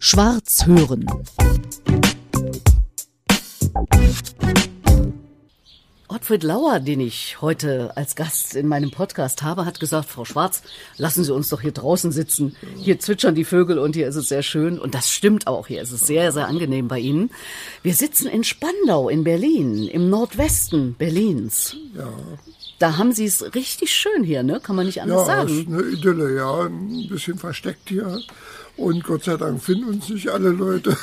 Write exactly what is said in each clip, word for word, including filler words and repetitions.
Schwarz hören. Ottfried Lauer, den ich heute als Gast in meinem Podcast habe, hat gesagt, Frau Schwarz, lassen Sie uns doch hier draußen sitzen. Hier zwitschern die Vögel und hier ist es sehr schön. Und das stimmt auch. Hier ist es sehr, sehr angenehm bei Ihnen. Wir sitzen in Spandau in Berlin, im Nordwesten Berlins. Ja. Da haben Sie es richtig schön hier, ne? Kann man nicht anders ja, sagen. Ja, ist eine Idylle, ja. Ein bisschen versteckt hier. Und Gott sei Dank finden uns nicht alle Leute.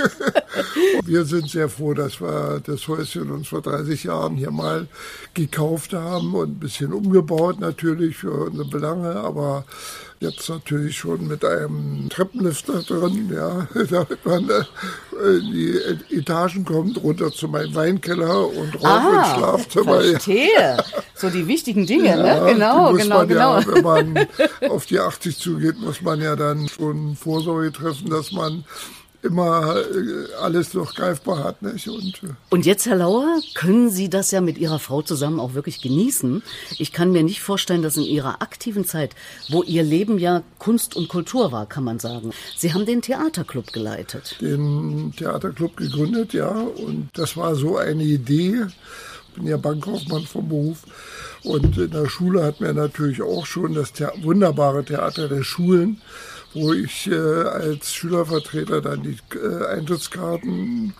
Wir sind sehr froh, dass wir das Häuschen uns vor dreißig Jahren hier mal gekauft haben und ein bisschen umgebaut natürlich für unsere Belange, aber jetzt natürlich schon mit einem Treppenlifter drin, ja, damit man in die Etagen kommt, runter zu meinem Weinkeller und rauf ah, ins Schlafzimmer. Verstehe. Ja. So die wichtigen Dinge, ja, ne? Genau, die muss genau, man genau. Ja, wenn man auf die achtzig zugeht, muss man ja dann schon Vorsorge treffen, dass man immer alles noch greifbar hat. Nicht? Und, und jetzt, Herr Lauer, können Sie das ja mit Ihrer Frau zusammen auch wirklich genießen. Ich kann mir nicht vorstellen, dass in Ihrer aktiven Zeit, wo Ihr Leben ja Kunst und Kultur war, kann man sagen, Sie haben den Theaterclub geleitet. Den Theaterclub gegründet, ja. Und das war so eine Idee. Ich bin ja Bankkaufmann vom Beruf. Und in der Schule hatten wir natürlich auch schon das The- wunderbare Theater der Schulen, wo ich äh, als Schülervertreter dann die äh, Eintrittskarten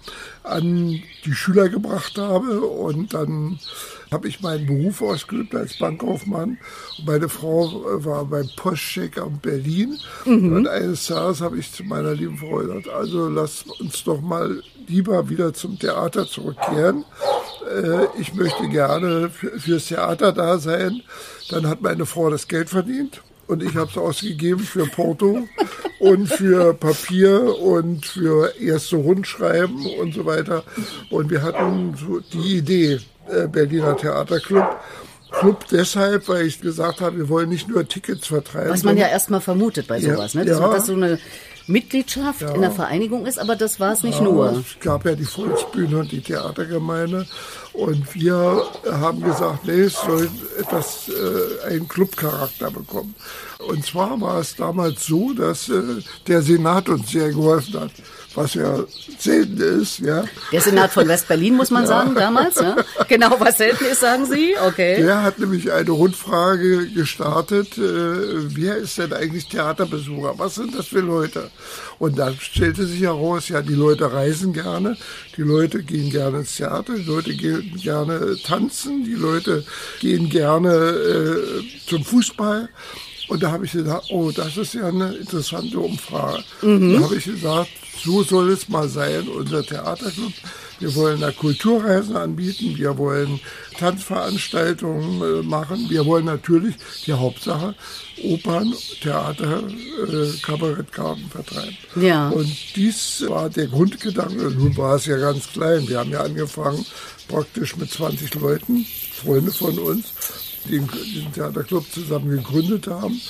an die Schüler gebracht habe. Und dann habe ich meinen Beruf ausgeübt als Bankkaufmann. Und meine Frau äh, war beim Postchecker in Berlin. Mhm. Und eines Tages habe ich zu meiner lieben Frau gesagt, also lass uns doch mal lieber wieder zum Theater zurückkehren. Äh, ich möchte gerne für, fürs Theater da sein. Dann hat meine Frau das Geld verdient. Und ich habe es ausgegeben für Porto und für Papier und für erste Rundschreiben und so weiter. Und wir hatten so die Idee, äh, Berliner Theaterclub. Club deshalb, weil ich gesagt habe, wir wollen nicht nur Tickets vertreiben. Was man ja erstmal vermutet bei sowas, ja, ne? Dass, ja. dass so eine Mitgliedschaft ja. in der Vereinigung ist, aber das war es nicht ja, nur. Es gab ja die Volksbühne und die Theatergemeinde. Und wir haben gesagt, nee, es soll etwas, äh, einen Clubcharakter bekommen. Und zwar war es damals so, dass äh, der Senat uns sehr geholfen hat, was ja selten ist. Ja. Der Senat von West-Berlin, muss man ja. sagen, damals. Ja? Genau, was selten ist, sagen Sie? Okay. Der hat nämlich eine Rundfrage gestartet, äh, wer ist denn eigentlich Theaterbesucher? Was sind das für Leute? Und dann stellte sich heraus, ja, die Leute reisen gerne, die Leute gehen gerne ins Theater, die Leute gehen gerne tanzen, die Leute gehen gerne äh, zum Fußball. Und da habe ich gesagt, oh, das ist ja eine interessante Umfrage. Mhm. Da habe ich gesagt, so soll es mal sein, unser Theaterclub. Wir wollen da Kulturreisen anbieten, wir wollen Tanzveranstaltungen äh, machen, wir wollen natürlich die Hauptsache Opern, Theater, äh, Kabarettkarten vertreiben. Ja. Und dies war der Grundgedanke. Nun war es ja ganz klein. Wir haben ja angefangen praktisch mit zwanzig Leuten, Freunde von uns, die den Theaterclub zusammen gegründet haben.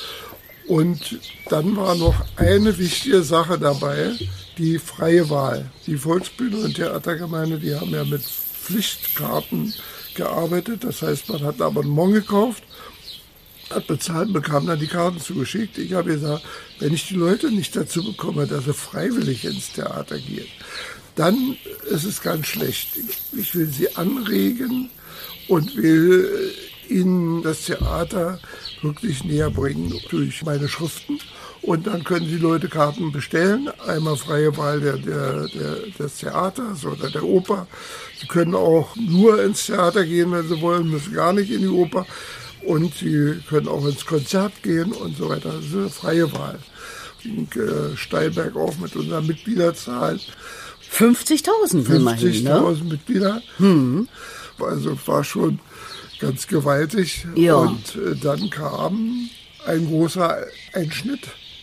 Und dann war noch eine wichtige Sache dabei, die freie Wahl. Die Volksbühne und Theatergemeinde, die haben ja mit Pflichtkarten gearbeitet. Das heißt, man hat ein Abonnement gekauft, hat bezahlt, bekam dann die Karten zugeschickt. Ich habe gesagt, wenn ich die Leute nicht dazu bekomme, dass sie freiwillig ins Theater gehen, dann ist es ganz schlecht. Ich will sie anregen und will ihnen das Theater wirklich näher bringen durch meine Schriften. Und dann können die Leute Karten bestellen. Einmal freie Wahl der, der, der, des Theaters oder der Oper. Sie können auch nur ins Theater gehen, wenn sie wollen, müssen gar nicht in die Oper. Und sie können auch ins Konzert gehen und so weiter. Das ist eine freie Wahl. Ging äh, steil bergauf mit unserer Mitgliederzahl. fünfzigtausend immerhin, ne? fünfzigtausend Mitglieder. Hm. Also war schon ganz gewaltig. Ja. Und äh, dann kam ein großer Einschnitt.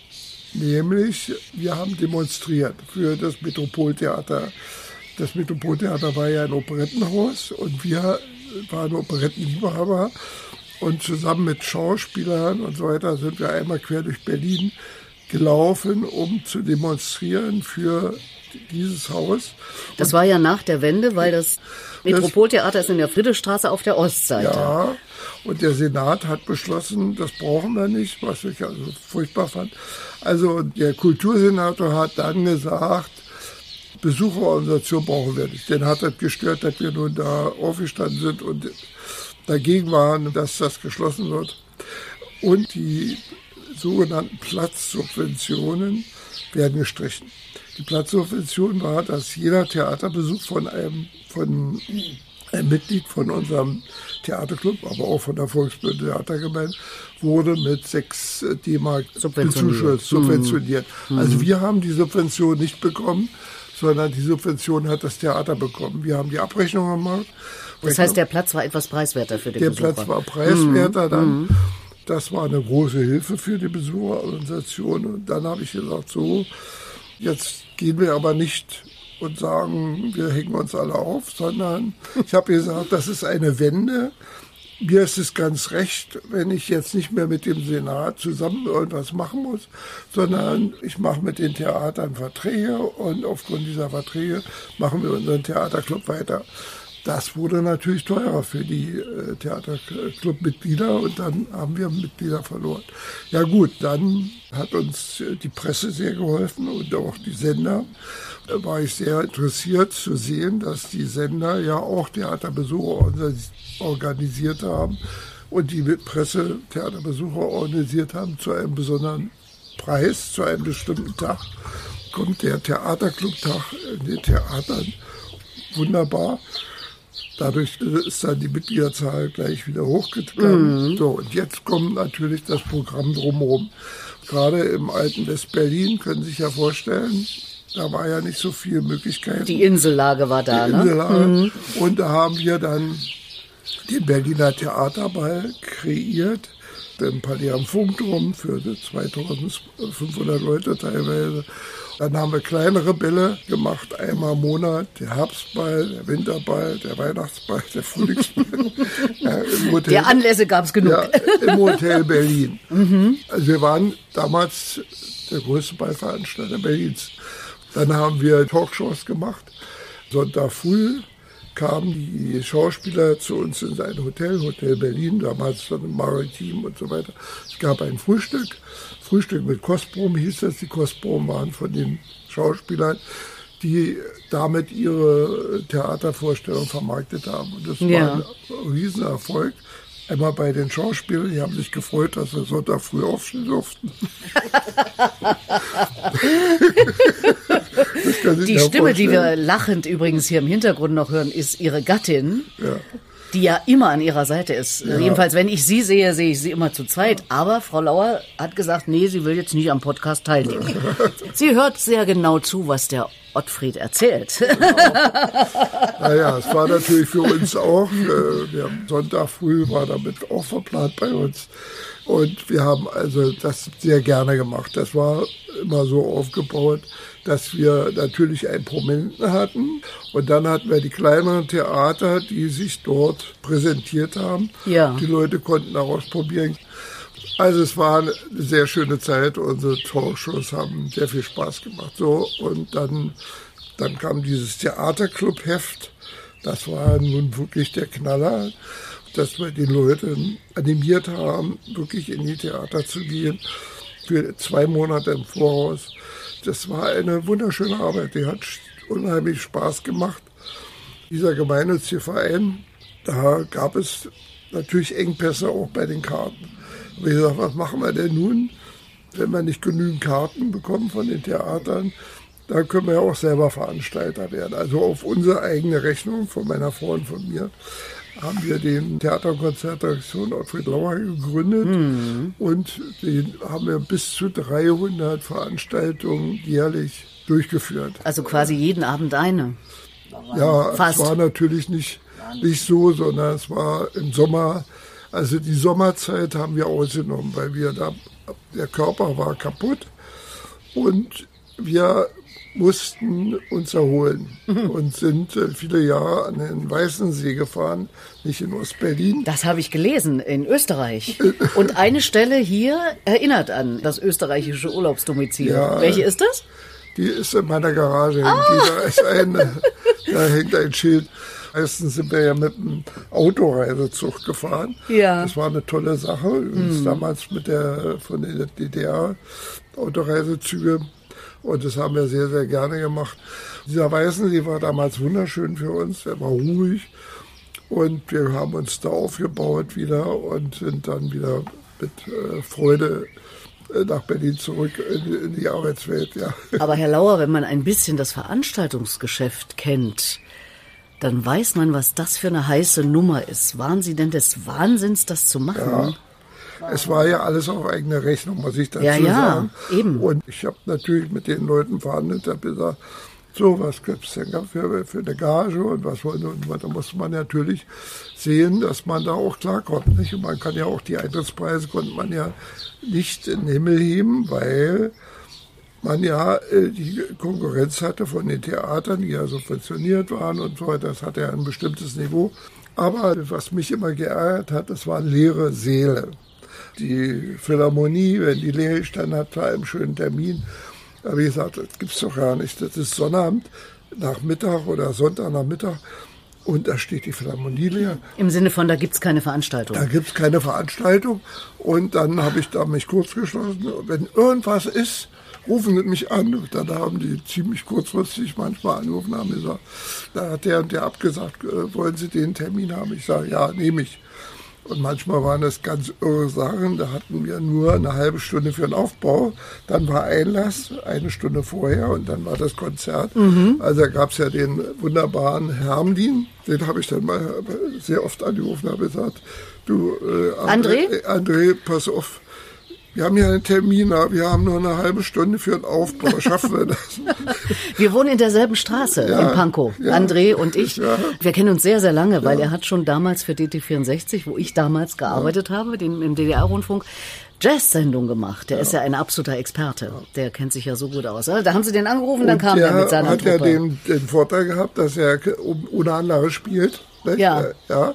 Nämlich, wir haben demonstriert für das Metropoltheater. Das Metropoltheater war ja ein Operettenhaus und wir waren Operettenliebhaber. Und zusammen mit Schauspielern und so weiter sind wir einmal quer durch Berlin gelaufen, um zu demonstrieren für dieses Haus. Das war ja nach der Wende, weil das Metropoltheater ist in der Friedrichstraße auf der Ostseite. Ja, Und der Senat hat beschlossen, das brauchen wir nicht, was ich also furchtbar fand. Also der Kultursenator hat dann gesagt, Besucherorganisation brauchen wir nicht. Den hat das gestört, dass wir nun da aufgestanden sind und dagegen waren, dass das geschlossen wird. Und die sogenannten Platzsubventionen werden gestrichen. Die Platzsubvention war, dass jeder Theaterbesuch von einem, von einem Mitglied von unserem Theaterclub, aber auch von der Volksbühne Theatergemeinde, wurde mit sechs D-Mark subventioniert. subventioniert. Mhm. Also wir haben die Subvention nicht bekommen, sondern die Subvention hat das Theater bekommen. Wir haben die Abrechnung gemacht. Das heißt, der Platz war etwas preiswerter für die der Besucher. Der Platz war preiswerter mhm. dann. Mhm. Das war eine große Hilfe für die Besucherorganisation. Und dann habe ich gesagt, so, jetzt gehen wir aber nicht und sagen, wir hängen uns alle auf, sondern ich habe gesagt, das ist eine Wende. Mir ist es ganz recht, wenn ich jetzt nicht mehr mit dem Senat zusammen irgendwas machen muss, sondern ich mache mit den Theatern Verträge und aufgrund dieser Verträge machen wir unseren Theaterclub weiter. Das wurde natürlich teurer für die äh, Theaterclub-Mitglieder und dann haben wir Mitglieder verloren. Ja gut, dann hat uns äh, die Presse sehr geholfen und auch die Sender. Da war ich sehr interessiert zu sehen, dass die Sender ja auch Theaterbesucher organisiert haben und die Presse Theaterbesucher organisiert haben zu einem besonderen Preis, zu einem bestimmten Tag. Kommt der Theaterclub-Tag in den Theatern wunderbar. Dadurch ist dann die Mitgliederzahl gleich wieder hochgegangen. Mhm. So, und jetzt kommt natürlich das Programm drumherum. Gerade im alten West-Berlin, können Sie sich ja vorstellen, da war ja nicht so viel Möglichkeit. Die Insellage war da, die ne? Insellage. Mhm. Und da haben wir dann den Berliner Theaterball kreiert. Im Palais am Funkturm für zweitausendfünfhundert Leute teilweise. Dann haben wir kleinere Bälle gemacht, einmal im Monat. Der Herbstball, der Winterball, der Weihnachtsball, der Frühlingsball. Ja, im Hotel, der Anlässe gab es genug. Ja, im Hotel Berlin. Mhm. Also wir waren damals der größte Ballveranstalter Berlins. Dann haben wir Talkshows gemacht. Sonntag früh kamen die Schauspieler zu uns in ein Hotel, Hotel Berlin, damals dann im Maritim und so weiter. Es gab ein Frühstück, Frühstück mit Kostbrum hieß das. Die Kostbrum waren von den Schauspielern, die damit ihre Theatervorstellung vermarktet haben. Und das ja. war ein Riesenerfolg. Einmal bei den Schauspielern, die haben sich gefreut, dass wir Sonntag früh aufstehen durften. Die Stimme, die wir lachend übrigens hier im Hintergrund noch hören, ist Ihre Gattin, ja. die ja immer an Ihrer Seite ist. Ja. Jedenfalls, wenn ich Sie sehe, sehe ich Sie immer zu zweit. Aber Frau Lauer hat gesagt, nee, sie will jetzt nicht am Podcast teilnehmen. Sie hört sehr genau zu, was der Ottfried erzählt. Naja, es war natürlich für uns auch, äh, wir haben Sonntag früh war damit auch verplant bei uns. Und wir haben also das sehr gerne gemacht. Das war immer so aufgebaut, dass wir natürlich einen Prominenten hatten. Und dann hatten wir die kleineren Theater, die sich dort präsentiert haben. Ja. Die Leute konnten daraus probieren. Also es war eine sehr schöne Zeit. Unsere Talkshows haben sehr viel Spaß gemacht. So, und dann, dann kam dieses Theaterclub-Heft. Das war nun wirklich der Knaller, dass wir die Leute animiert haben, wirklich in die Theater zu gehen, für zwei Monate im Voraus. Das war eine wunderschöne Arbeit, die hat unheimlich Spaß gemacht. Dieser gemeinnützige Verein, da gab es natürlich Engpässe auch bei den Karten. Und ich gesagt, was machen wir denn nun, wenn wir nicht genügend Karten bekommen von den Theatern? Da können wir ja auch selber Veranstalter werden. Also auf unsere eigene Rechnung von meiner Frau und von mir haben wir den Theater- und Konzertredaktion Ottfried Lauer gegründet. Mhm. Und den haben wir bis zu dreihundert Veranstaltungen jährlich durchgeführt. Also quasi jeden Abend eine. Ja, Fast. Es war natürlich nicht, nicht so, sondern es war im Sommer. Also die Sommerzeit haben wir ausgenommen, weil wir da, der Körper war kaputt und wir mussten uns erholen mhm. und sind äh, viele Jahre an den Weißensee gefahren, nicht in Ostberlin. Das habe ich gelesen, in Österreich. Und eine Stelle hier erinnert an das österreichische Urlaubsdomizil. Ja, welche ist das? Die ist in meiner Garage. Ah. Da ist ein, da hängt ein Schild. Meistens sind wir ja mit einem Autoreisezug gefahren. Ja. Das war eine tolle Sache. Übrigens hm. damals mit der von der D D R Autoreisezüge. Und das haben wir sehr, sehr gerne gemacht. Dieser Weißensee war damals wunderschön für uns. Er war ruhig. Und wir haben uns da aufgebaut wieder und sind dann wieder mit äh, Freude nach Berlin zurück in, in die Arbeitswelt, ja. Aber Herr Lauer, wenn man ein bisschen das Veranstaltungsgeschäft kennt, dann weiß man, was das für eine heiße Nummer ist. Waren Sie denn des Wahnsinns, das zu machen? Ja. Es war ja alles auf eigene Rechnung, muss ich dazu ja, ja, sagen. Eben. Und ich habe natürlich mit den Leuten verhandelt, habe gesagt, so, was gibt es denn für, für eine Gage und was wollen und da muss man natürlich sehen, dass man da auch klarkommt. Nicht? Und man kann ja auch die Eintrittspreise konnte man ja nicht in den Himmel heben, weil man ja äh, die Konkurrenz hatte von den Theatern, die ja subventioniert waren und so weiter. Das hatte ja ein bestimmtes Niveau. Aber was mich immer geärgert hat, das waren leere Säle. Die Philharmonie, wenn die leer gestanden hat, zu einem schönen Termin, da habe ich gesagt, das gibt's doch gar nicht. Das ist Sonnabend Nachmittag oder Sonntagnachmittag und da steht die Philharmonie leer. Im Sinne von, da gibt's keine Veranstaltung. Da gibt's keine Veranstaltung und dann habe ich da mich kurz geschlossen. Wenn irgendwas ist, rufen Sie mich an. Und dann haben die ziemlich kurzfristig manchmal angerufen und haben gesagt, da hat der und der abgesagt, wollen Sie den Termin haben? Ich sage, ja, nehme ich. Und manchmal waren das ganz irre Sachen. Da hatten wir nur eine halbe Stunde für den Aufbau. Dann war Einlass, eine Stunde vorher und dann war das Konzert. Mhm. Also da gab es ja den wunderbaren Hermlin. Den habe ich dann mal sehr oft angerufen und habe gesagt, du äh, André, André? Äh, André, pass auf. Wir haben ja einen Termin, wir haben nur eine halbe Stunde für den Aufbau. Schaffen wir das? Wir wohnen in derselben Straße ja, in Pankow, ja, André und ich. Ja. Wir kennen uns sehr, sehr lange, weil ja. er hat schon damals für D T vierundsechzig, wo ich damals gearbeitet ja. habe, den, im D D R-Rundfunk, Jazz-Sendung gemacht. Der ja. ist ja ein absoluter Experte. Der kennt sich ja so gut aus. Also, da haben sie den angerufen, und dann kam er mit seiner hat Truppe. Hat ja den, den Vorteil gehabt, dass er ohne Anlage spielt. Nicht? Ja. ja.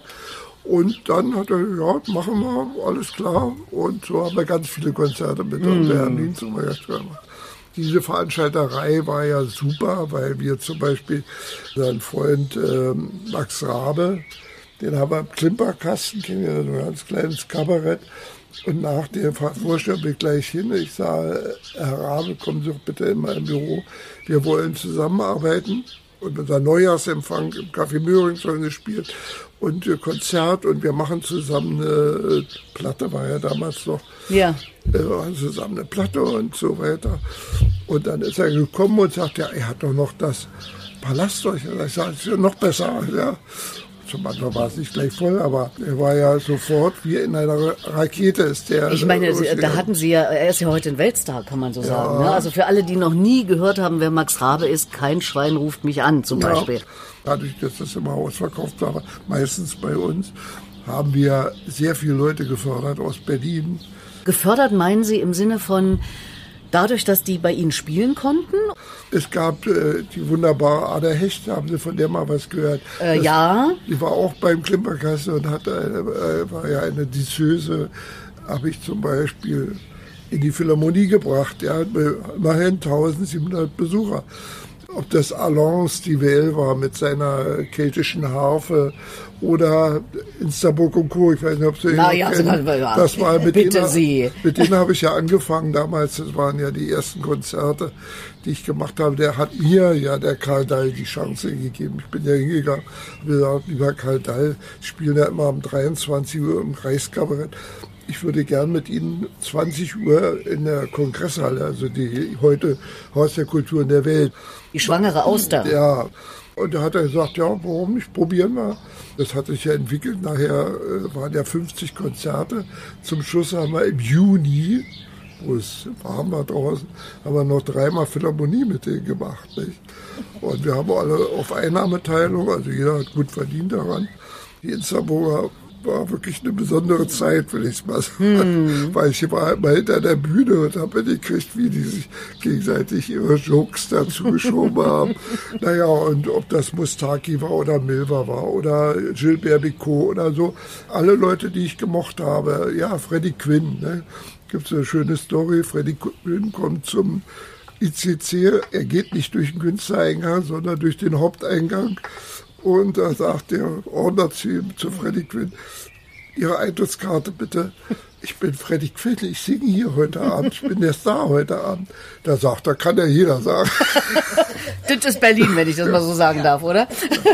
Und dann hat er gesagt, ja, machen wir, alles klar. Und so haben wir ganz viele Konzerte mit mm. Berlin zum Beispiel gemacht. Diese Veranstalterei war ja super, weil wir zum Beispiel seinen Freund ähm, Max Rabe, den haben wir im Klimperkasten, kennen wir, so ein ganz kleines Kabarett. Und nach der Vorstellung bin ich gleich hin. Ich sage, Herr Rabe, kommen Sie doch bitte in mein Büro. Wir wollen zusammenarbeiten. Und unser Neujahrsempfang im Café Möhringshöhen gespielt und äh, Konzert und wir machen zusammen eine äh, Platte, war ja damals noch. Ja. Wir machen zusammen eine Platte und so weiter. Und dann ist er gekommen und sagt, ja, er hat doch noch das Palastorch. Ich sage, das ist ja noch besser. Ja. Zum Anfang war es nicht gleich voll, aber er war ja sofort wie in einer Rakete ist der. Ich meine, äh, da hatten Sie ja, er ist ja heute ein Weltstar, kann man so ja. sagen. Ne? Also für alle, die noch nie gehört haben, wer Max Rabe ist, kein Schwein ruft mich an, zum ja. Beispiel. Dadurch, dass das immer ausverkauft war, meistens bei uns, haben wir sehr viele Leute gefördert aus Berlin. Gefördert meinen Sie im Sinne von dadurch, dass die bei Ihnen spielen konnten? Es gab äh, die wunderbare Ada Hecht, haben Sie von der mal was gehört? Äh, das, ja. Die war auch beim Klimperkasten und hat eine, äh, war ja eine Disseuse, habe ich zum Beispiel in die Philharmonie gebracht. Ja, immerhin eintausendsiebenhundert Besucher. Ob das Alain Stivell war mit seiner keltischen Harfe oder Instaburg und Co. Ich weiß nicht, ob Sie Na, ihn ja, kennen. Ja. Das war mit Bitte denen, Sie. Mit denen habe ich ja angefangen damals. Das waren ja die ersten Konzerte, die ich gemacht habe. Der hat mir ja, der Karl Dall, die Chance gegeben. Ich bin ja hingegangen und gesagt, lieber Karl Dall, ich spiele ja immer um dreiundzwanzig Uhr im Reichskabarett. Ich würde gern mit Ihnen zwanzig Uhr in der Kongresshalle, also die heute Haus der Kultur in der Welt. Die schwangere Auster. Ja. Und da hat er gesagt, ja, warum nicht, probieren wir. Das hat sich ja entwickelt. Nachher äh, waren ja fünfzig Konzerte. Zum Schluss haben wir im Juni, wo es warm war draußen, haben wir noch dreimal Philharmonie mit denen gemacht. Nicht? Und wir haben alle auf Einnahmeteilung, also jeder hat gut verdient daran. Die Instaburger war wirklich eine besondere Zeit, will ich mal sagen. Hm. Weil ich war halt mal hinter der Bühne und habe mitgekriegt, wie die sich gegenseitig ihre Jokes dazu geschoben haben. Naja, und ob das Mustaki war oder Milva war oder Gilbert Bicot oder so. Alle Leute, die ich gemocht habe. Ja, Freddie Quinn. Ne? Gibt es eine schöne Story. Freddie Quinn kommt zum I C C. Er geht nicht durch den Künstlereingang, sondern durch den Haupteingang. Und da sagt der Ordner zu ihm, zu Freddie Quinn, Ihre Eintrittskarte bitte. Ich bin Freddie Quinn, ich singe hier heute Abend, ich bin der Star heute Abend. Da sagt er, kann ja jeder sagen. Das ist Berlin, wenn ich das mal so sagen darf, oder?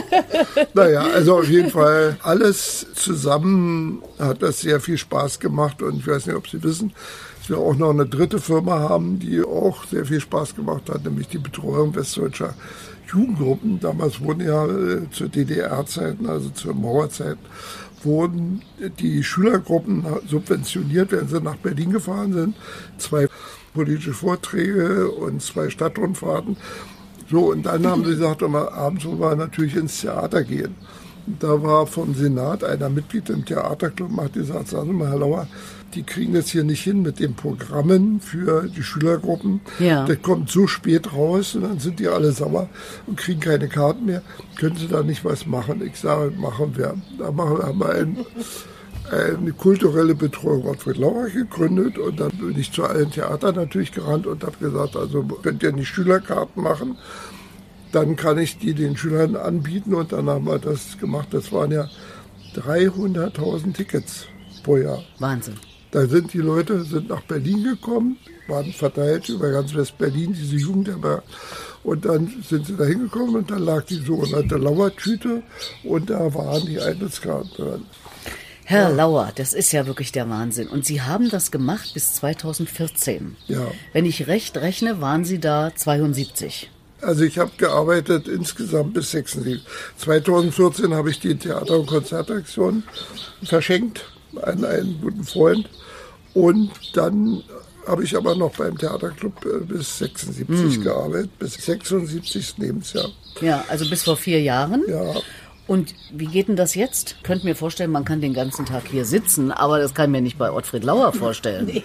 Naja, also auf jeden Fall alles zusammen hat das sehr viel Spaß gemacht. Und ich weiß nicht, ob Sie wissen, dass wir auch noch eine dritte Firma haben, die auch sehr viel Spaß gemacht hat, nämlich die Betreuung westdeutscher Jugendgruppen. Damals wurden ja äh, zu D D R-Zeiten, also zur Mauerzeit, wurden die Schülergruppen subventioniert, wenn sie nach Berlin gefahren sind. Zwei politische Vorträge und zwei Stadtrundfahrten. So, und dann haben sie gesagt, immer, abends wollen wir natürlich ins Theater gehen. Und da war vom Senat einer Mitglied im Theaterclub und hat gesagt, sagen Sie mal, Herr Lauer, die kriegen das hier nicht hin mit den Programmen für die Schülergruppen. Ja. Das kommt so spät raus und dann sind die alle sauer und kriegen keine Karten mehr. Können Sie da nicht was machen? Ich sage, machen wir. Da machen wir, haben wir ein, eine kulturelle Betreuung Ottfried Lauer gegründet und dann bin ich zu allen Theatern natürlich gerannt und habe gesagt, also könnt ihr nicht Schülerkarten machen? Dann kann ich die den Schülern anbieten und dann haben wir das gemacht. Das waren ja dreihunderttausend Tickets pro Jahr. Wahnsinn. Da sind die Leute sind nach Berlin gekommen, waren verteilt über ganz West-Berlin, diese Jugendherberge. Und dann sind sie da hingekommen und dann lag die sogenannte Lauertüte und da waren die Eintrittskarten drin. Herr ja. Lauer, das ist ja wirklich der Wahnsinn. Und Sie haben das gemacht bis zweitausendvierzehn. Ja. Wenn ich recht rechne, waren Sie da zweiundsiebzig. Also ich habe gearbeitet insgesamt bis sechsundsiebzig. zweitausendvierzehn habe ich die Theater- und Konzertaktion verschenkt an einen guten Freund. Und dann habe ich aber noch beim Theaterclub bis sechsundsiebzig mm. gearbeitet, bis sechsundsiebzig Lebensjahr. Ja, also bis vor vier Jahren. Ja. Und wie geht denn das jetzt? Könnt mir vorstellen, man kann den ganzen Tag hier sitzen, aber das kann ich mir nicht bei Ottfried Lauer vorstellen. Nee.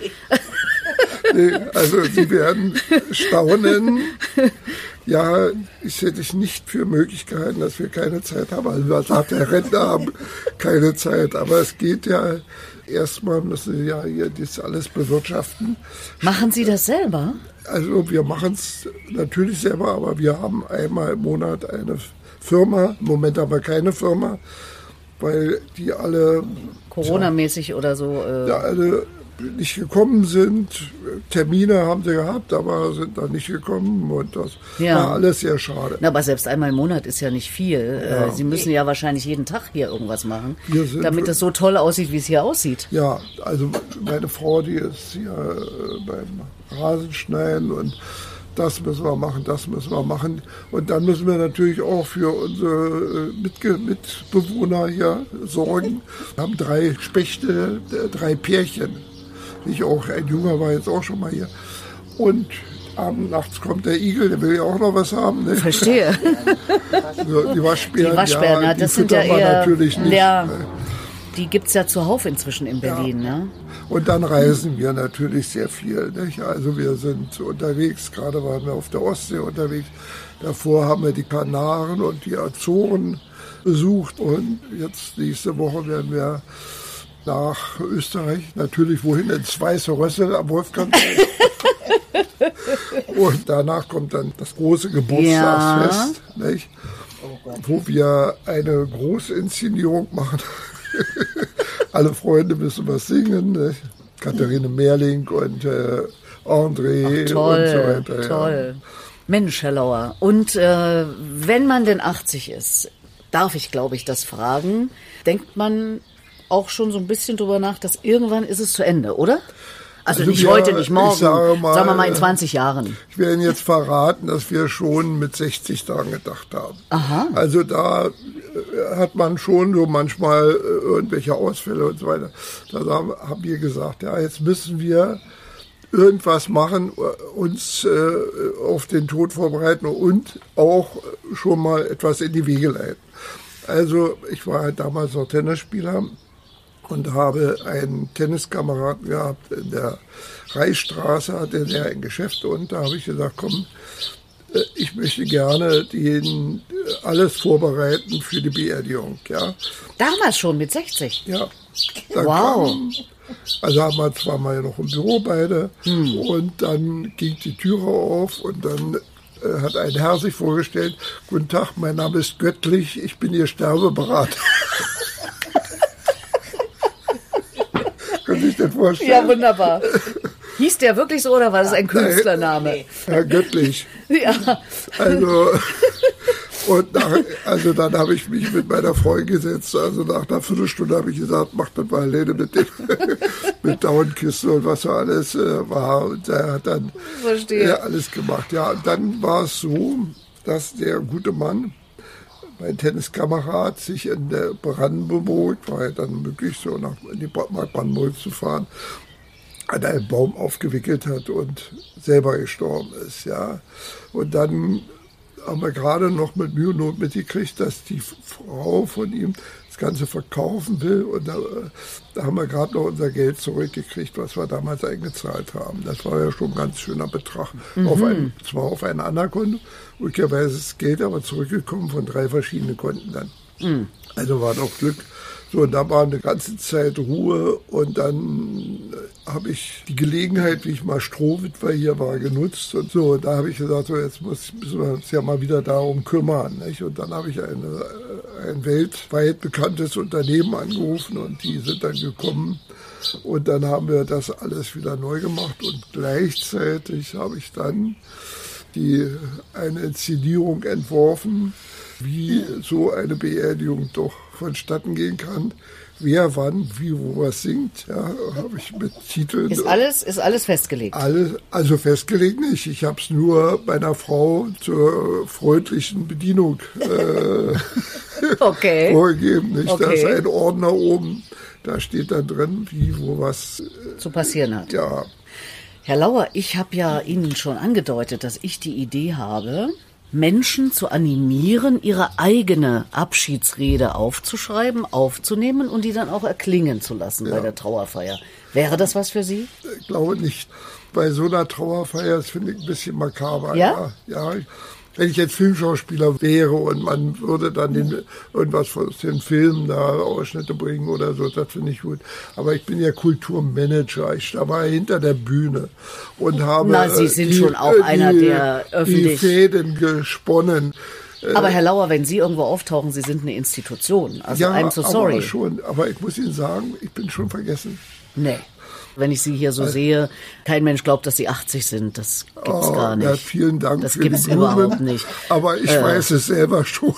Nee, also Sie werden staunen. Ja, ich hätte ich nicht für Möglichkeiten, dass wir keine Zeit haben. Also man sagt, der Rentner haben keine Zeit. Aber es geht ja, erstmal müssen Sie ja hier das alles bewirtschaften. Machen Sie das selber? Also wir machen es natürlich selber, aber wir haben einmal im Monat eine Firma. Im Moment aber keine Firma, weil die alle... Coronamäßig oder so? Äh ja, alle nicht gekommen sind. Termine haben sie gehabt, aber sind dann nicht gekommen und das ja. war alles sehr schade. Na, aber selbst einmal im Monat ist ja nicht viel. Ja. Sie müssen ja wahrscheinlich jeden Tag hier irgendwas machen, damit es so toll aussieht, wie es hier aussieht. Ja, also meine Frau, die ist hier beim Rasenschneiden und das müssen wir machen, das müssen wir machen. Und dann müssen wir natürlich auch für unsere Mitge- Mitbewohner hier sorgen. Wir haben drei Spechte, drei Pärchen. Ich auch, ein Junger war jetzt auch schon mal hier. Und abends, nachts kommt der Igel, der will ja auch noch was haben. Ne? Verstehe. So, die Waschbären, die Waschbären, ja, die das sind ja eher, natürlich nicht. Ja, die gibt es ja zuhauf inzwischen in Berlin. Ja. Ne? Und dann reisen wir natürlich sehr viel. Nicht? Also wir sind unterwegs, gerade waren wir auf der Ostsee unterwegs. Davor haben wir die Kanaren und die Azoren besucht. Und jetzt nächste Woche werden wir nach Österreich, natürlich wohin, ins Weiße Rössel am Wolfgang. Und danach kommt dann das große Geburtstagsfest, ja. nicht? Wo wir eine Großinszenierung machen. Alle Freunde müssen was singen. Nicht? Katharine Mehrling und äh, André Ach, toll, und so weiter. Toll. Ja. Mensch, Herr Lauer. Und äh, wenn man denn achtzig ist, darf ich, glaube ich, das fragen, denkt man auch schon so ein bisschen drüber nach, dass irgendwann ist es zu Ende, oder? Also, also nicht ja, heute, nicht morgen, sage mal, sagen wir mal in zwanzig Jahren. Ich werde Ihnen jetzt verraten, dass wir schon mit sechzig daran gedacht haben. Aha. Also da hat man schon so manchmal irgendwelche Ausfälle und so weiter. Da haben wir gesagt, ja, jetzt müssen wir irgendwas machen, uns äh, auf den Tod vorbereiten und auch schon mal etwas in die Wege leiten. Also ich war halt damals noch Tennisspieler und habe einen Tenniskameraden gehabt in der Reichsstraße, hatte der ein Geschäft und da habe ich gesagt, komm, ich möchte gerne den alles vorbereiten für die Beerdigung. Ja. Damals schon mit sechzig? Ja. Dann wow. Kam, also haben wir zwar mal noch im Büro beide hm. und dann ging die Türe auf und dann äh, hat ein Herr sich vorgestellt, guten Tag, mein Name ist Göttlich, ich bin Ihr Sterbeberater. Können Sie sich das vorstellen? Ja, wunderbar. Hieß der wirklich so oder war das ein Künstlername? Herr Göttlich. Ja. Also, und nach, also dann habe ich mich mit meiner Freundin gesetzt. Also nach einer Viertelstunde habe ich gesagt, mach das mal alleine mit dem mit Dauernkiste und was so alles äh, war. Und er hat dann äh, alles gemacht. Ja, und dann war es so, dass der gute Mann, mein Tenniskamerad, sich in der Brandenburg, war ja dann möglich, so nach in die Brandenburg zu fahren, an einen Baum aufgewickelt hat und selber gestorben ist, ja. Und dann haben wir gerade noch mit Mühe und Not mitgekriegt, dass die Frau von ihm das Ganze verkaufen will. Und da, da haben wir gerade noch unser Geld zurückgekriegt, was wir damals eingezahlt haben. Das war ja schon ein ganz schöner Betrag. Mhm. Auf ein, zwar auf ein anderer Konto, möglicherweise ist das Geld aber zurückgekommen von drei verschiedenen Konten dann. Mhm. Also war doch Glück. So, und da war eine ganze Zeit Ruhe und dann habe ich die Gelegenheit, wie ich mal Strohwitwer hier war, genutzt und so. Und da habe ich gesagt, so jetzt muss, müssen wir uns ja mal wieder darum kümmern. Nicht? Und dann habe ich eine, ein weltweit bekanntes Unternehmen angerufen und die sind dann gekommen. Und dann haben wir das alles wieder neu gemacht und gleichzeitig habe ich dann die, eine Inszenierung entworfen, wie so eine Beerdigung doch vonstatten gehen kann. Wer, wann, wie, wo was singt, ja, habe ich mit Titeln. Ist alles, ist alles festgelegt? Alles, also festgelegt nicht. Ich habe es nur meiner Frau zur freundlichen Bedienung äh, okay. vorgegeben. Nicht? Okay. Da ist ein Ordner oben, da steht dann drin, wie, wo was äh, zu passieren hat. Ja. Herr Lauer, ich habe ja Ihnen schon angedeutet, dass ich die Idee habe, Menschen zu animieren, ihre eigene Abschiedsrede aufzuschreiben, aufzunehmen und die dann auch erklingen zu lassen ja. bei der Trauerfeier. Wäre das was für Sie? Ich glaube nicht. Bei so einer Trauerfeier, das finde ich ein bisschen makaber. Ja? Ja, ja. Wenn ich jetzt Filmschauspieler wäre und man würde dann den, irgendwas von den Filmen da Ausschnitte bringen oder so, das finde ich gut. Aber ich bin ja Kulturmanager. Ich war hinter der Bühne und habe Na, Sie sind die, schon auch die, einer, der öffentlich... die Fäden gesponnen. Aber Herr Lauer, wenn Sie irgendwo auftauchen, Sie sind eine Institution. Also ja, I'm so sorry. Aber schon. Aber ich muss Ihnen sagen, ich bin schon vergessen. Nee. Wenn ich Sie hier so also, sehe, kein Mensch glaubt, dass Sie achtzig sind. Das gibt's oh, gar nicht. Ja, vielen Dank das für gibt's die Blumen, überhaupt nicht. Aber ich äh. weiß es selber schon.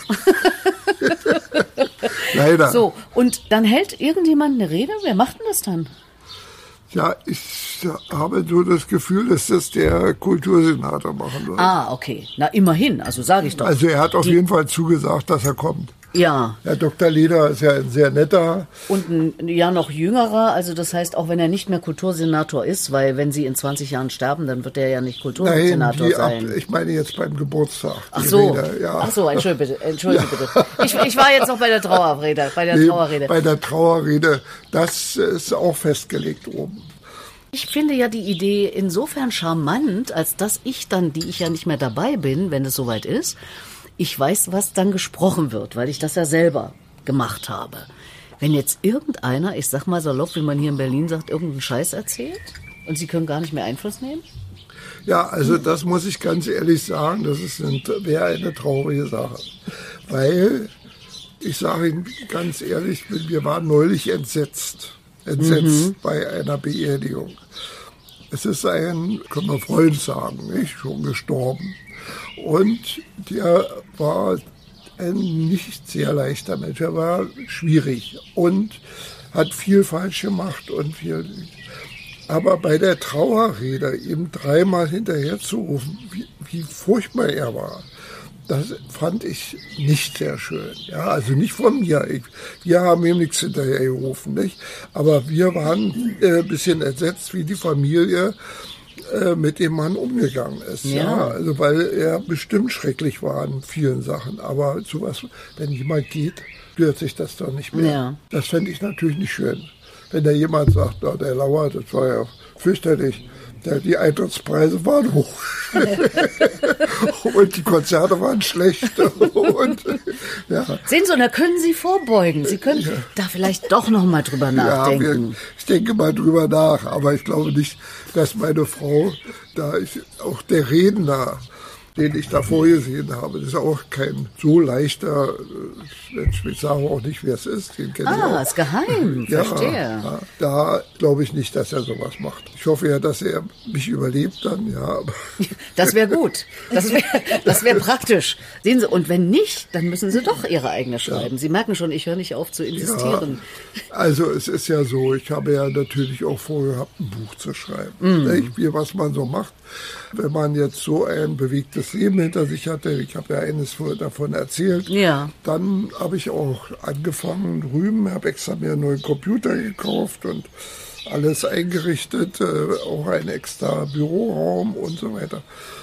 Leider. So, und dann hält irgendjemand eine Rede? Wer macht denn das dann? Ja, ich habe so das Gefühl, dass das der Kultursenator machen wird. Ah, okay. Na, immerhin. Also sage ich doch. Also er hat auf die, jeden Fall zugesagt, dass er kommt. Ja. Herr Doktor Leder ist ja ein sehr netter. Und ein Jahr noch jüngerer, also das heißt, auch wenn er nicht mehr Kultursenator ist, weil wenn Sie in zwanzig Jahren sterben, dann wird er ja nicht Kultursenator Nein, die sein. Ab, ich meine jetzt beim Geburtstag. Ach so, Rede, ja. Ach so, entschuldige bitte, entschuldige ja. bitte. Ich, ich war jetzt noch bei der Trauerrede, bei der nee, Trauerrede. Bei der Trauerrede, das ist auch festgelegt oben. Ich finde ja die Idee insofern charmant, als dass ich dann, die ich ja nicht mehr dabei bin, wenn es soweit ist, ich weiß, was dann gesprochen wird, weil ich das ja selber gemacht habe. Wenn jetzt irgendeiner, ich sag mal salopp, wie man hier in Berlin sagt, irgendeinen Scheiß erzählt und Sie können gar nicht mehr Einfluss nehmen? Ja, also das muss ich ganz ehrlich sagen, das ist eine, wäre eine traurige Sache. Weil, ich sage Ihnen ganz ehrlich, wir waren neulich entsetzt. Entsetzt mhm. bei einer Beerdigung. Es ist ein, können wir Freund sagen, nicht? Schon gestorben. Und der war ein nicht sehr leichter Mensch. Er war schwierig und hat viel falsch gemacht und viel. Aber bei der Trauerrede ihm dreimal hinterher zu rufen, wie, wie furchtbar er war, das fand ich nicht sehr schön. Ja, also nicht von mir. Ich, wir haben ihm nichts hinterher gerufen, nicht? Aber wir waren äh, ein bisschen entsetzt, wie die Familie äh, mit dem Mann umgegangen ist. Ja. ja, also weil er bestimmt schrecklich war in vielen Sachen. Aber sowas, wenn jemand geht, stört sich das doch nicht mehr. Ja. Das fände ich natürlich nicht schön. Wenn da jemand sagt, oh, der Lauer, das war ja fürchterlich. Die Eintrittspreise waren hoch und die Konzerte waren schlecht. Und, ja. Sehen Sie, und da können Sie vorbeugen. Sie können ja. da vielleicht doch noch mal drüber nachdenken. Ja, wir, ich denke mal drüber nach, aber ich glaube nicht, dass meine Frau, da ist auch der Redner, den ich da vorgesehen habe. Das ist auch kein so leichter, ich sage auch nicht, wer es ist. Den kennen ah, auch. Ist geheim, ja, verstehe. Ja, da glaube ich nicht, dass er sowas macht. Ich hoffe ja, dass er mich überlebt dann, ja. Das wäre gut. Das wäre das wär praktisch. Sehen Sie, und wenn nicht, dann müssen Sie doch Ihre eigene schreiben. Ja. Sie merken schon, ich höre nicht auf zu insistieren. Ja, also es ist ja so, ich habe ja natürlich auch vorgehabt, ein Buch zu schreiben. Mhm. Wie, was man so macht, wenn man jetzt so ein bewegtes Leben hinter sich hatte. Ich habe ja eines davon erzählt. Ja. Dann habe ich auch angefangen drüben, habe extra mir einen neuen Computer gekauft und alles eingerichtet, äh, auch ein extra Büroraum und so weiter.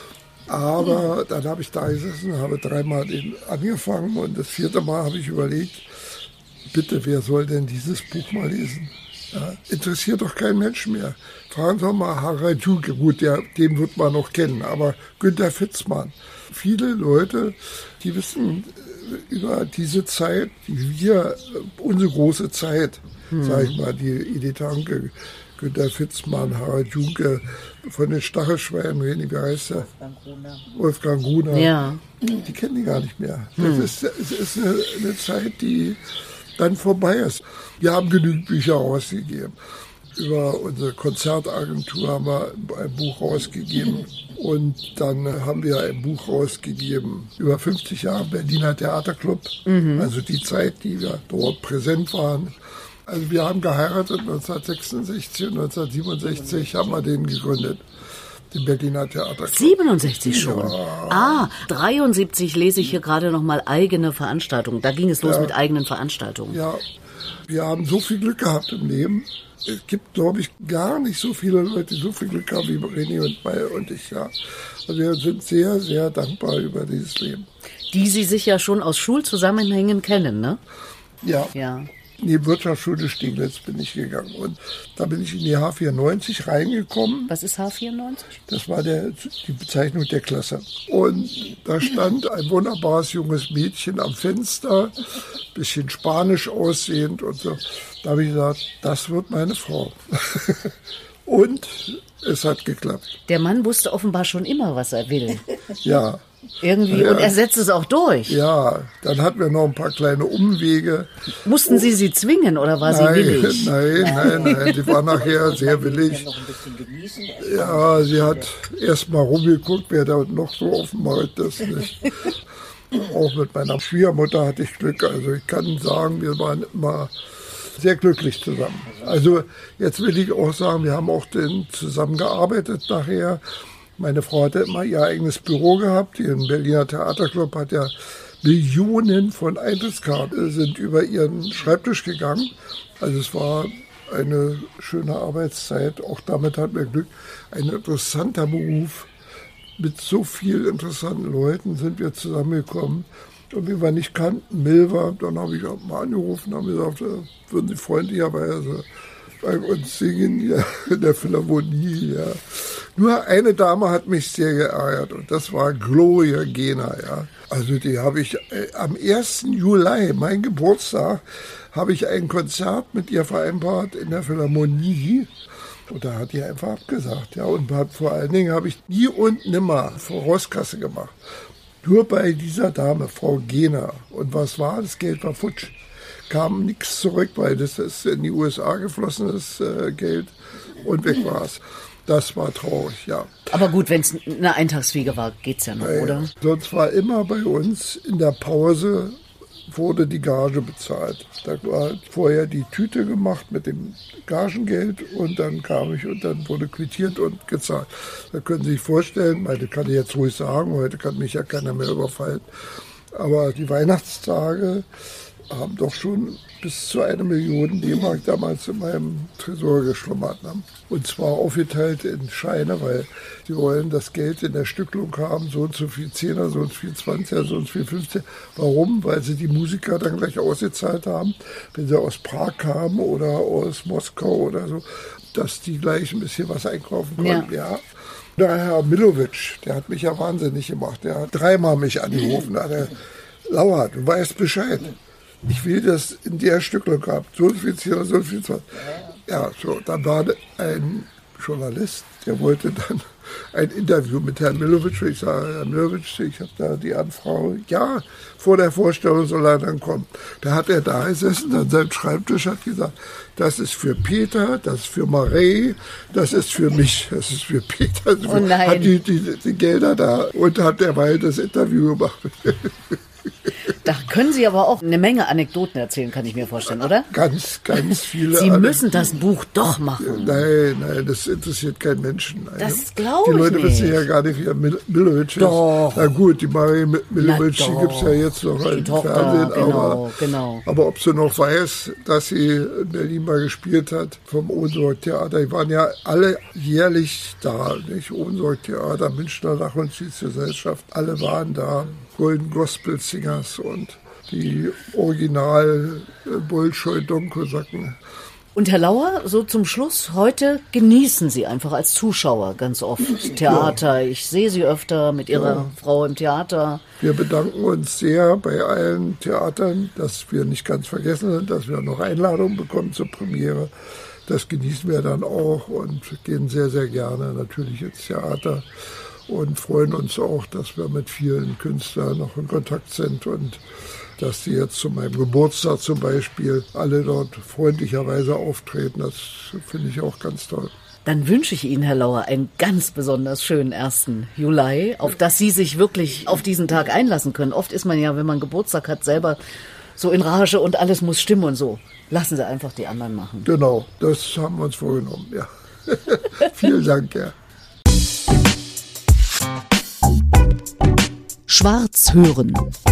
Aber dann habe ich da gesessen, habe dreimal angefangen und das vierte Mal habe ich überlegt, bitte, wer soll denn dieses Buch mal lesen? Ja, interessiert doch kein Mensch mehr. Fragen Sie mal Harald Junke, gut, der, den wird man noch kennen, aber Günter Fitzmann. Viele Leute, die wissen über diese Zeit, die wir, unsere große Zeit, hm. sage ich mal, die Edith Hanke, Günter Fitzmann, Harald Junke, von den Stachelschweinen, wie heißt der? Wolfgang Gruner. Wolfgang Gruner. Ja. Die kennen die gar nicht mehr. Das hm. ist, es ist eine, eine Zeit, die dann vorbei ist. Wir haben genügend Bücher rausgegeben. Über unsere Konzertagentur haben wir ein Buch rausgegeben. Und dann haben wir ein Buch rausgegeben über fünfzig Jahre Berliner Theaterclub. Mhm. Also die Zeit, die wir dort präsent waren. Also wir haben geheiratet neunzehnhundertsechsundsechzig und neunzehnhundertsiebenundsechzig haben wir den gegründet. Den Berliner Theaterclub. siebenundsechzig schon? Ja. Ah, dreiundsiebzig lese ich hier gerade nochmal eigene Veranstaltungen. Da ging es los ja. mit eigenen Veranstaltungen. Ja, wir haben so viel Glück gehabt im Leben. Es gibt, glaube ich, gar nicht so viele Leute, die so viel Glück haben wie René und Mai und ich. Ja. Also wir sind sehr, sehr dankbar über dieses Leben. Die Sie sich ja schon aus Schulzusammenhängen kennen, ne? Ja. Ja. In die Wirtschaftsschule Steglitz bin ich gegangen und da bin ich in die H vierundneunzig reingekommen. Was ist H vierundneunzig? Das war der, die Bezeichnung der Klasse. Und da stand ein wunderbares junges Mädchen am Fenster, bisschen spanisch aussehend und so. Da habe ich gesagt, das wird meine Frau. Und es hat geklappt. Der Mann wusste offenbar schon immer, was er will. Ja. Irgendwie, ja. Und er setzt es auch durch. Ja, dann hatten wir noch ein paar kleine Umwege. Mussten Sie sie zwingen oder war nein, sie willig? Nein, nein, nein, sie war nachher sehr willig. Ja, sie hat erst mal rumgeguckt, wer da noch so auf dem Markt ist. Nicht? Auch mit meiner Schwiegermutter hatte ich Glück. Also ich kann sagen, wir waren immer sehr glücklich zusammen. Also jetzt will ich auch sagen, wir haben auch den zusammengearbeitet nachher. Meine Frau hatte immer ihr eigenes Büro gehabt. Ihr Berliner Theaterclub hat ja Millionen von Eintrittskarten sind über ihren Schreibtisch gegangen. Also es war eine schöne Arbeitszeit. Auch damit hatten wir Glück. Ein interessanter Beruf. Mit so vielen interessanten Leuten sind wir zusammengekommen. Und wie wir nicht kannten, Milva, dann habe ich auch mal angerufen und gesagt, würden Sie freundlicherweise bei uns singen, ja, in der Philharmonie, ja. Nur eine Dame hat mich sehr geärgert und das war Gloria Gaynor, ja. Also die habe ich äh, am ersten Juli, mein Geburtstag, habe ich ein Konzert mit ihr vereinbart in der Philharmonie. Und da hat die einfach abgesagt, ja. Und hat, vor allen Dingen habe ich nie und nimmer Vorauskasse gemacht. Nur bei dieser Dame, Frau Gaynor. Und was war? Das Geld war futsch. Kam nichts zurück, weil das ist in die U S A geflossen, das äh, Geld. Und weg war es. Das war traurig, ja. Aber gut, wenn es eine Eintagsfliege war, geht's ja noch, ja, oder? Sonst war immer bei uns in der Pause wurde die Gage bezahlt. Da war vorher die Tüte gemacht mit dem Gagengeld und dann kam ich und dann wurde quittiert und gezahlt. Da können Sie sich vorstellen, das kann ich jetzt ruhig sagen, heute kann mich ja keiner mehr überfallen, aber die Weihnachtstage haben doch schon bis zu einer Million D-Mark damals in meinem Tresor geschlummert. Ne? Und zwar aufgeteilt in Scheine, weil sie wollen das Geld in der Stücklung haben, so und so viel Zehner, so und so viel Zwanziger, so und so viel Fünfziger. Warum? Weil sie die Musiker dann gleich ausgezahlt haben, wenn sie aus Prag kamen oder aus Moskau oder so, dass die gleich ein bisschen was einkaufen konnten. Ja. Ja. Der Herr Milovic, der hat mich ja wahnsinnig gemacht. Der hat dreimal mich angerufen. Da hat er, Lauer, du weißt Bescheid. Ich will das in der Stücklung haben. So viel Zehner, so viel Zwanziger. Ja, so, dann war ein Journalist, der wollte dann ein Interview mit Herrn Millowitsch. Ich sage, Herr Millowitsch, ich habe da die Anfrage. Ja, vor der Vorstellung soll er dann kommen. Da hat er da gesessen an seinem Schreibtisch, hat gesagt, das ist für Peter, das ist für Marie, das ist für mich, das ist für Peter. Oh nein. Hat die, die, die Gelder da und hat derweil das Interview gemacht. Da können Sie aber auch eine Menge Anekdoten erzählen, kann ich mir vorstellen, oder? Ganz, ganz viele. Sie Anekdoten. müssen das Buch doch machen. Nein, nein, das interessiert keinen Menschen. Das glaube ich nicht. Die Leute nicht. wissen ja gar nicht, wie Millowitsch ist. Doch. Na gut, die Marie Millowitsch, die gibt es ja jetzt noch Die im Tochter, Fernsehen. genau, aber, genau. aber ob sie noch weiß, dass sie in Berlin mal gespielt hat, vom Ohnsorg-Theater. Die waren ja alle jährlich da, nicht? Ohnsorg-Theater, Münchner Lach- und Schiedsgesellschaft, alle waren da. Golden Gospel Singers und die Original Bolschoi-Donkosacken. Und Herr Lauer, so zum Schluss, heute genießen Sie einfach als Zuschauer ganz oft Theater. Ja. Ich sehe Sie öfter mit Ihrer ja. Frau im Theater. Wir bedanken uns sehr bei allen Theatern, dass wir nicht ganz vergessen sind, dass wir noch Einladungen bekommen zur Premiere. Das genießen wir dann auch und gehen sehr, sehr gerne natürlich ins Theater. Und freuen uns auch, dass wir mit vielen Künstlern noch in Kontakt sind und dass die jetzt zu meinem Geburtstag zum Beispiel alle dort freundlicherweise auftreten. Das finde ich auch ganz toll. Dann wünsche ich Ihnen, Herr Lauer, einen ganz besonders schönen ersten Juli, auf dass Sie sich wirklich auf diesen Tag einlassen können. Oft ist man ja, wenn man Geburtstag hat, selber so in Rage und alles muss stimmen und so. Lassen Sie einfach die anderen machen. Genau, das haben wir uns vorgenommen, ja. Vielen Dank, ja. Schwarz hören.